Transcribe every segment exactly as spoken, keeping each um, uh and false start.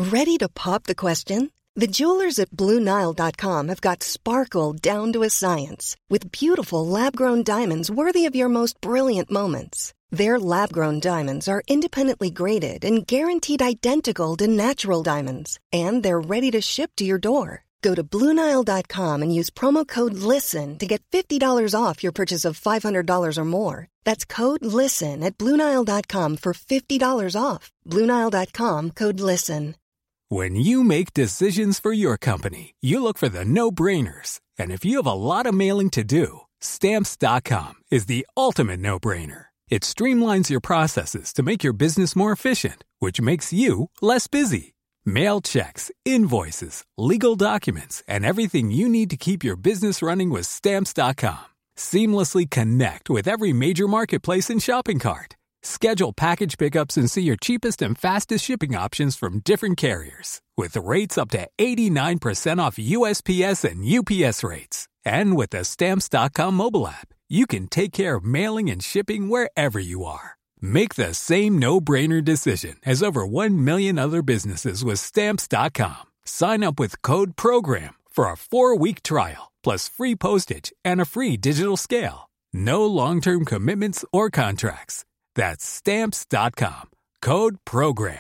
Ready to pop the question? The jewelers at Blue Nile dot com have got sparkle down to a science with beautiful lab-grown diamonds worthy of your most brilliant moments. Their lab-grown diamonds are independently graded and guaranteed identical to natural diamonds, and they're ready to ship to your door. Go to Blue Nile dot com and use promo code LISTEN to get fifty dollars off your purchase of five hundred dollars or more. That's code LISTEN at Blue Nile dot com for fifty dollars off. Blue Nile dot com, code LISTEN. When you make decisions for your company, you look for the no-brainers. And if you have a lot of mailing to do, Stamps dot com is the ultimate no-brainer. It streamlines your processes to make your business more efficient, which makes you less busy. Mail checks, invoices, legal documents, and everything you need to keep your business running with Stamps dot com. Seamlessly connect with every major marketplace and shopping cart. Schedule package pickups and see your cheapest and fastest shipping options from different carriers. With rates up to eighty-nine percent off U S P S and U P S rates. And with the Stamps dot com mobile app, you can take care of mailing and shipping wherever you are. Make the same no-brainer decision as over one million other businesses with Stamps dot com. Sign up with code PROGRAM for a four-week trial, plus free postage and a free digital scale. No long-term commitments or contracts. That's Stamps dot com. Code PROGRAM.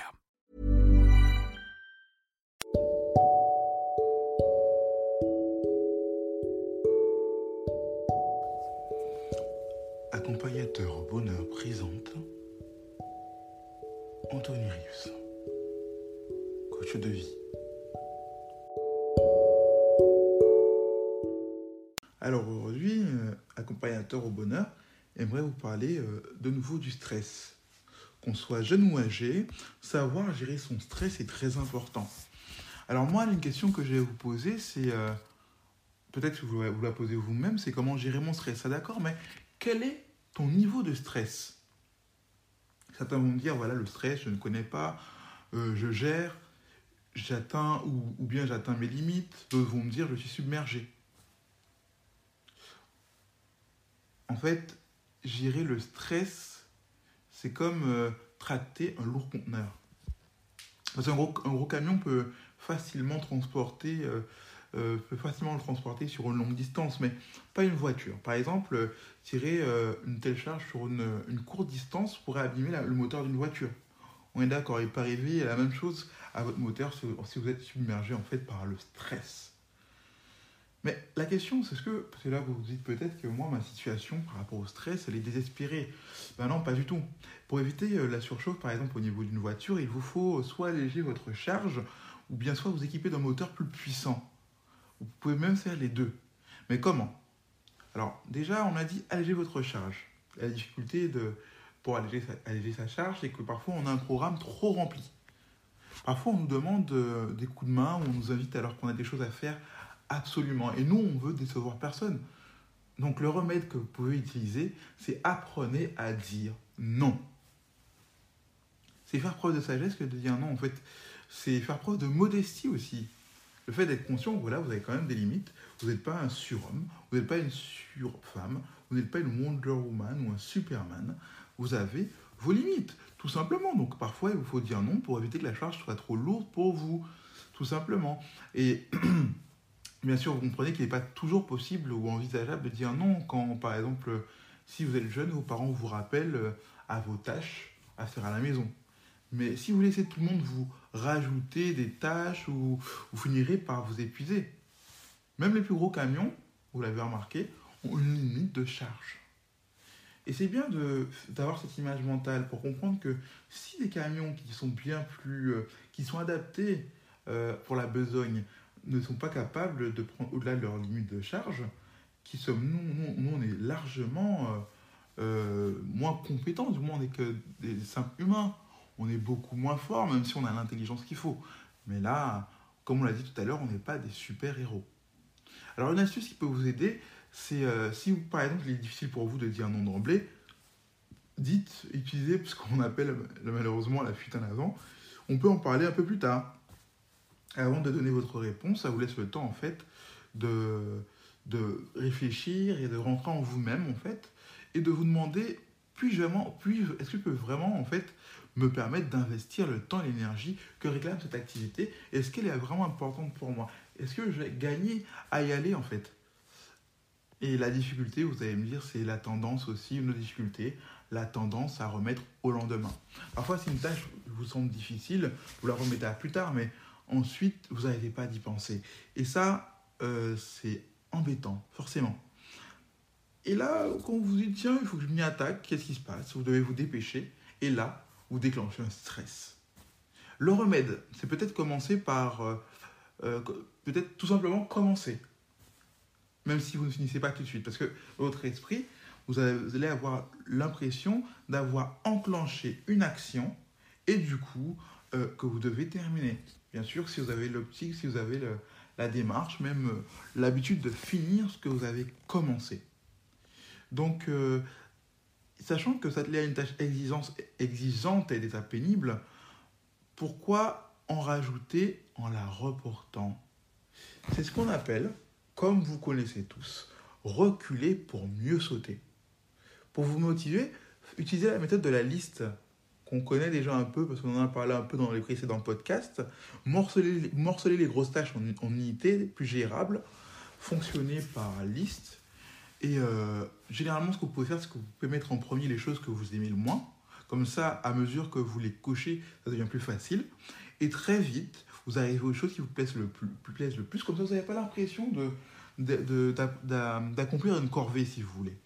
Accompagnateur Bonheur présente Anthony Rius, coach de vie. Alors aujourd'hui, euh, accompagnateur au bonheur, j'aimerais vous parler euh, de nouveau du stress. Qu'on soit jeune ou âgé, savoir gérer son stress est très important. Alors moi, une question que je vais vous poser, c'est, euh, peut-être que vous, vous la posez vous-même, c'est comment gérer mon stress. Ah, d'accord, mais quel est ton niveau de stress? Certains vont me dire, voilà, le stress, je ne connais pas, euh, je gère, j'atteins ou, ou bien j'atteins mes limites. D'autres vont me dire, je suis submergé. En fait, gérer le stress, c'est comme euh, tracter un lourd conteneur. Parce qu'un gros, un gros camion peut facilement transporter, euh, euh, peut facilement le transporter sur une longue distance, mais pas une voiture. Par exemple, euh, tirer euh, une telle charge sur une, une courte distance pourrait abîmer la, le moteur d'une voiture. On est d'accord, il peut arriver la même chose à votre moteur si, si vous êtes submergé en fait par le stress. Mais la question, c'est ce que, c'est là que vous vous dites peut-être que moi, ma situation par rapport au stress, elle est désespérée. Ben non, pas du tout. Pour éviter la surchauffe, par exemple, au niveau d'une voiture, il vous faut soit alléger votre charge, ou bien soit vous équiper d'un moteur plus puissant. Vous pouvez même faire les deux. Mais comment? Alors, déjà, on a dit alléger votre charge. La difficulté de, pour alléger sa, alléger sa charge, c'est que parfois, on a un programme trop rempli. Parfois, on nous demande euh, des coups de main, ou on nous invite alors qu'on a des choses à faire. Absolument. Et nous, on veut décevoir personne. Donc, le remède que vous pouvez utiliser, c'est apprenez à dire non. C'est faire preuve de sagesse que de dire non. En fait, c'est faire preuve de modestie aussi. Le fait d'être conscient que voilà, vous avez quand même des limites. Vous n'êtes pas un surhomme, vous n'êtes pas une surfemme, vous n'êtes pas une Wonder Woman ou un Superman. Vous avez vos limites, tout simplement. Donc, parfois, il vous faut dire non pour éviter que la charge soit trop lourde pour vous, tout simplement. Et bien sûr, vous comprenez qu'il n'est pas toujours possible ou envisageable de dire non quand, par exemple, si vous êtes jeune, vos parents vous rappellent à vos tâches à faire à la maison. Mais si vous laissez tout le monde vous rajouter des tâches, ou vous finirez par vous épuiser. Même les plus gros camions, vous l'avez remarqué, ont une limite de charge. Et c'est bien de, d'avoir cette image mentale pour comprendre que si des camions qui sont bien plus, euh, qui sont adaptés euh, pour la besogne, ne sont pas capables de prendre au-delà de leur limite de charge, qui sommes nous, nous, nous on est largement euh, euh, moins compétents, du moins on n'est que des simples humains, on est beaucoup moins forts, même si on a l'intelligence qu'il faut. Mais là, comme on l'a dit tout à l'heure, on n'est pas des super-héros. Alors une astuce qui peut vous aider, c'est euh, si vous, par exemple il est difficile pour vous de dire non d'emblée, dites, utilisez ce qu'on appelle malheureusement la fuite en avant, on peut en parler un peu plus tard. Avant de donner votre réponse, ça vous laisse le temps en fait de, de réfléchir et de rentrer en vous-même en fait et de vous demander puis-je vraiment, puis est-ce que je peux vraiment en fait me permettre d'investir le temps et l'énergie que réclame cette activité? Est-ce qu'elle est vraiment importante pour moi? Est-ce que je vais gagner à y aller en fait? Et la difficulté, vous allez me dire, c'est la tendance aussi, une autre difficulté, la tendance à remettre au lendemain. Parfois, si une tâche vous semble difficile, vous la remettez à plus tard, mais ensuite, vous n'arrivez pas d'y penser. Et ça, euh, c'est embêtant, forcément. Et là, quand vous vous dites, tiens, il faut que je m'y attaque, qu'est-ce qui se passe? Vous devez vous dépêcher. Et là, vous déclenchez un stress. Le remède, c'est peut-être commencer par, euh, euh, peut-être tout simplement commencer. Même si vous ne finissez pas tout de suite. Parce que dans votre esprit, vous allez avoir l'impression d'avoir enclenché une action et du coup, euh, que vous devez terminer. Bien sûr, si vous avez l'optique, si vous avez le, la démarche, même euh, l'habitude de finir ce que vous avez commencé. Donc, euh, sachant que ça te lié à une tâche exigeante et déjà pénible, pourquoi en rajouter en la reportant? C'est ce qu'on appelle, comme vous connaissez tous, reculer pour mieux sauter. Pour vous motiver, utilisez la méthode de la liste qu'on connaît déjà un peu, parce qu'on en a parlé un peu dans les précédents podcasts. Morceler, morceler les grosses tâches en, en unités plus gérables, fonctionner par liste. Et euh, généralement, ce que vous pouvez faire, c'est que vous pouvez mettre en premier les choses que vous aimez le moins. Comme ça, à mesure que vous les cochez, ça devient plus facile. Et très vite, vous arrivez aux choses qui vous plaisent le plus. plus, plaisent le plus. Comme ça, vous n'avez pas l'impression de, de, de, de, d'accomplir une corvée, si vous voulez.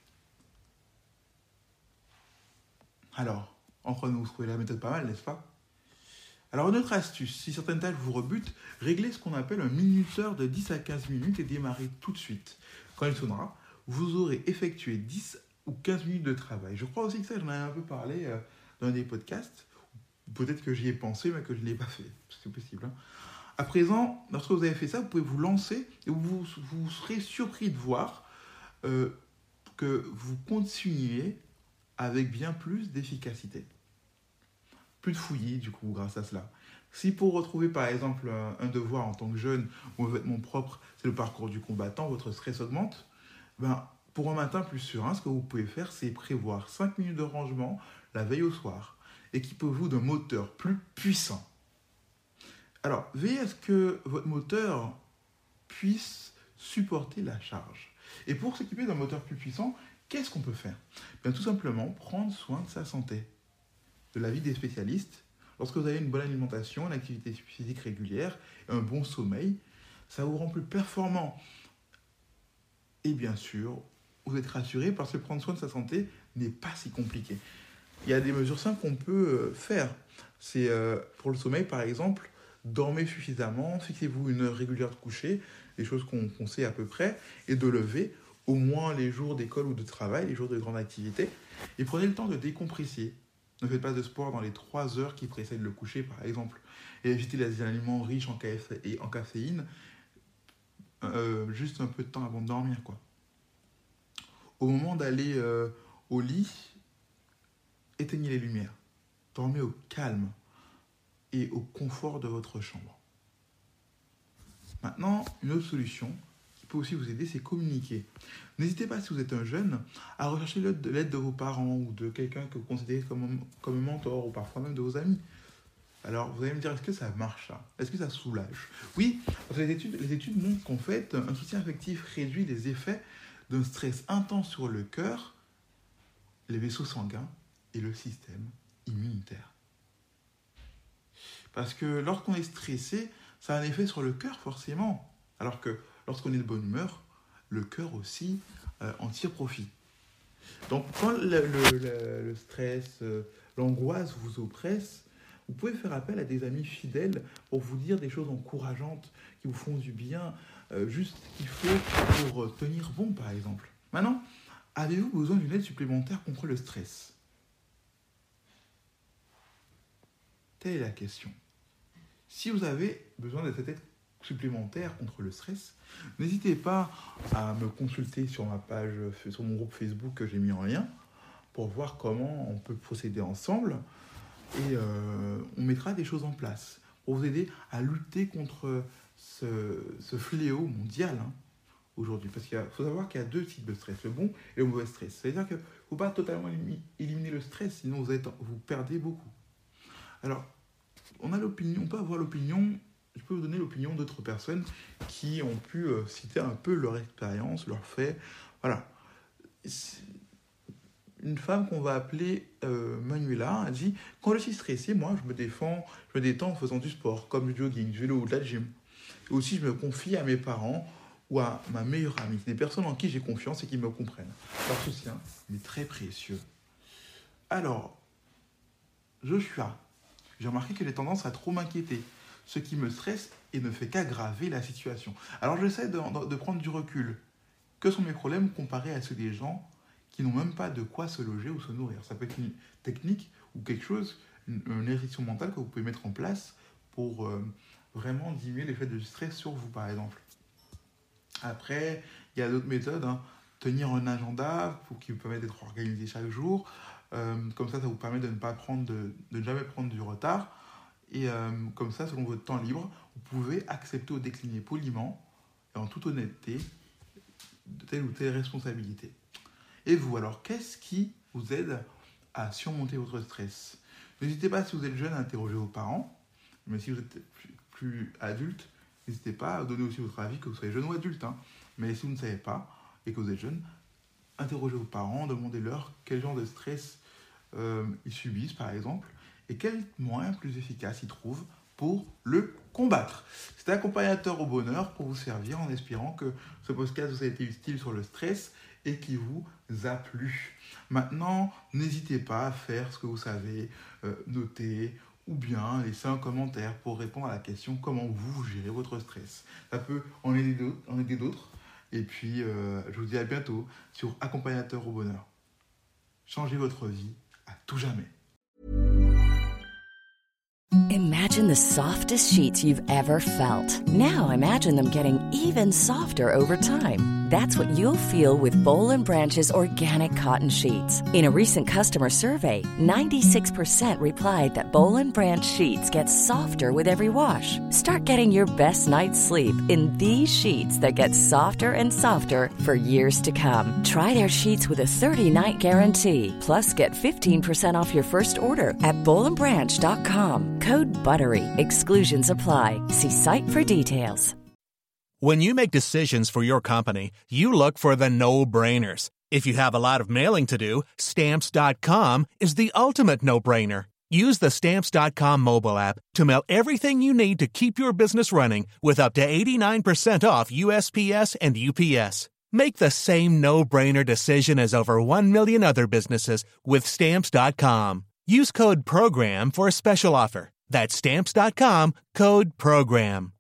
Alors, entre nous, vous trouvez la méthode pas mal, n'est-ce pas? Alors, une autre astuce, si certaines tâches vous rebutent, réglez ce qu'on appelle un minuteur de dix à quinze minutes et démarrez tout de suite. Quand il sonnera, vous aurez effectué dix ou quinze minutes de travail. Je crois aussi que ça, j'en ai un peu parlé euh, dans des podcasts. Peut-être que j'y ai pensé, mais que je ne l'ai pas fait. C'est possible. Hein. À présent, lorsque vous avez fait ça, vous pouvez vous lancer et vous, vous serez surpris de voir euh, que vous continuez avec bien plus d'efficacité. Plus de fouillis, du coup, grâce à cela. Si pour retrouver, par exemple, un devoir en tant que jeune ou un vêtement propre, c'est le parcours du combattant, votre stress augmente, ben, pour un matin plus serein, ce que vous pouvez faire, c'est prévoir cinq minutes de rangement la veille au soir. Équipez-vous d'un moteur plus puissant. Alors, veillez à ce que votre moteur puisse supporter la charge. Et pour s'équiper d'un moteur plus puissant, qu'est-ce qu'on peut faire? Bien, tout simplement, prendre soin de sa santé. De l'avis des spécialistes, lorsque vous avez une bonne alimentation, une activité physique régulière et un bon sommeil, ça vous rend plus performant. Et bien sûr, vous êtes rassuré parce que prendre soin de sa santé n'est pas si compliqué. Il y a des mesures simples qu'on peut faire. C'est euh, pour le sommeil, par exemple, dormez suffisamment, fixez-vous une heure régulière de coucher, des choses qu'on, qu'on sait à peu près, et de lever au moins les jours d'école ou de travail, les jours de grande activité, et prenez le temps de décompresser. Ne faites pas de sport dans les trois heures qui précèdent le coucher, par exemple, et évitez les aliments riches en, café- et en caféine, euh, juste un peu de temps avant de dormir, quoi. Au moment d'aller euh, au lit, éteignez les lumières. Dormez au calme et au confort de votre chambre. Maintenant, une autre solution qui peut aussi vous aider, c'est communiquer. N'hésitez pas, si vous êtes un jeune, à rechercher l'aide de, l'aide de vos parents ou de quelqu'un que vous considérez comme, comme un mentor ou parfois même de vos amis. Alors, vous allez me dire, est-ce que ça marche, ça? Est-ce que ça soulage? Oui, parce que les études, les études montrent qu'en fait, un soutien affectif réduit les effets d'un stress intense sur le cœur, les vaisseaux sanguins et le système immunitaire. Parce que lorsqu'on est stressé, ça a un effet sur le cœur forcément. Alors que lorsqu'on est de bonne humeur, le cœur aussi euh, en tire profit. Donc quand le, le, le, le stress, euh, l'angoisse vous oppresse, vous pouvez faire appel à des amis fidèles pour vous dire des choses encourageantes qui vous font du bien, euh, juste ce qu'il faut pour tenir bon, par exemple. Maintenant, avez-vous besoin d'une aide supplémentaire contre le stress? Telle est la question. Si vous avez besoin de cette aide supplémentaire contre le stress, n'hésitez pas à me consulter sur ma page, sur mon groupe Facebook que j'ai mis en lien, pour voir comment on peut procéder ensemble. Et euh, on mettra des choses en place pour vous aider à lutter contre ce, ce fléau mondial hein, aujourd'hui. Parce qu'il faut savoir qu'il y a deux types de stress, le bon et le mauvais stress. C'est-à-dire qu'il ne faut pas totalement éliminer le stress, sinon vous, êtes, vous perdez beaucoup. Alors, on a l'opinion, on peut avoir l'opinion, je peux vous donner l'opinion d'autres personnes qui ont pu euh, citer un peu leur expérience, leurs faits. Voilà. C'est une femme qu'on va appeler euh, Manuela a dit « Quand je suis stressée, moi, je me défends, je me détends en faisant du sport, comme du jogging, du vélo ou de la gym. Et aussi, je me confie à mes parents ou à ma meilleure amie, des personnes en qui j'ai confiance et qui me comprennent. Leur soutien est très précieux. » Alors, Joshua, j'ai remarqué que j'ai tendance à trop m'inquiéter, ce qui me stresse et ne fait qu'aggraver la situation. Alors, j'essaie de, de, de prendre du recul. Que sont mes problèmes comparés à ceux des gens qui n'ont même pas de quoi se loger ou se nourrir? Ça peut être une technique ou quelque chose, une, une érection mentale que vous pouvez mettre en place pour euh, vraiment diminuer l'effet de stress sur vous, par exemple. Après, il y a d'autres méthodes. Hein. Tenir un agenda pour qui vous permet d'être organisé chaque jour. Euh, comme ça, ça vous permet de ne pas prendre de, de ne jamais prendre du retard. Et euh, comme ça, selon votre temps libre, vous pouvez accepter ou décliner poliment et en toute honnêteté de telle ou telle responsabilité. Et vous, alors, qu'est-ce qui vous aide à surmonter votre stress? N'hésitez pas, si vous êtes jeune, à interroger vos parents. Mais si vous êtes plus, plus adulte, n'hésitez pas à donner aussi votre avis, que vous soyez jeune ou adulte. Hein. Mais si vous ne savez pas et que vous êtes jeune, interrogez vos parents, demandez-leur quel genre de stress euh, ils subissent, par exemple, et quel moyen plus efficace ils trouvent pour le combattre. C'était Accompagnateur au bonheur pour vous servir, en espérant que ce podcast vous a été utile sur le stress et qui vous a plu. Maintenant, n'hésitez pas à faire ce que vous savez, euh, noter ou bien laisser un commentaire pour répondre à la question comment vous, vous gérez votre stress. Ça peut en aider d'autres. En aider d'autres. Et puis, euh, je vous dis à bientôt sur Accompagnateur au bonheur. Changez votre vie à tout jamais. Imagine the softest sheets you've ever felt. Now imagine them getting even softer over time. That's what you'll feel with Boll and Branch's organic cotton sheets. In a recent customer survey, ninety-six percent replied that Boll and Branch sheets get softer with every wash. Start getting your best night's sleep in these sheets that get softer and softer for years to come. Try their sheets with a thirty-night guarantee. Plus, get fifteen percent off your first order at boll and branch dot com. Code BUTTERY. Exclusions apply. See site for details. When you make decisions for your company, you look for the no-brainers. If you have a lot of mailing to do, Stamps dot com is the ultimate no-brainer. Use the Stamps dot com mobile app to mail everything you need to keep your business running with up to eighty-nine percent off U S P S and U P S. Make the same no-brainer decision as over one million other businesses with Stamps dot com. Use code PROGRAM for a special offer. That's Stamps dot com, code PROGRAM.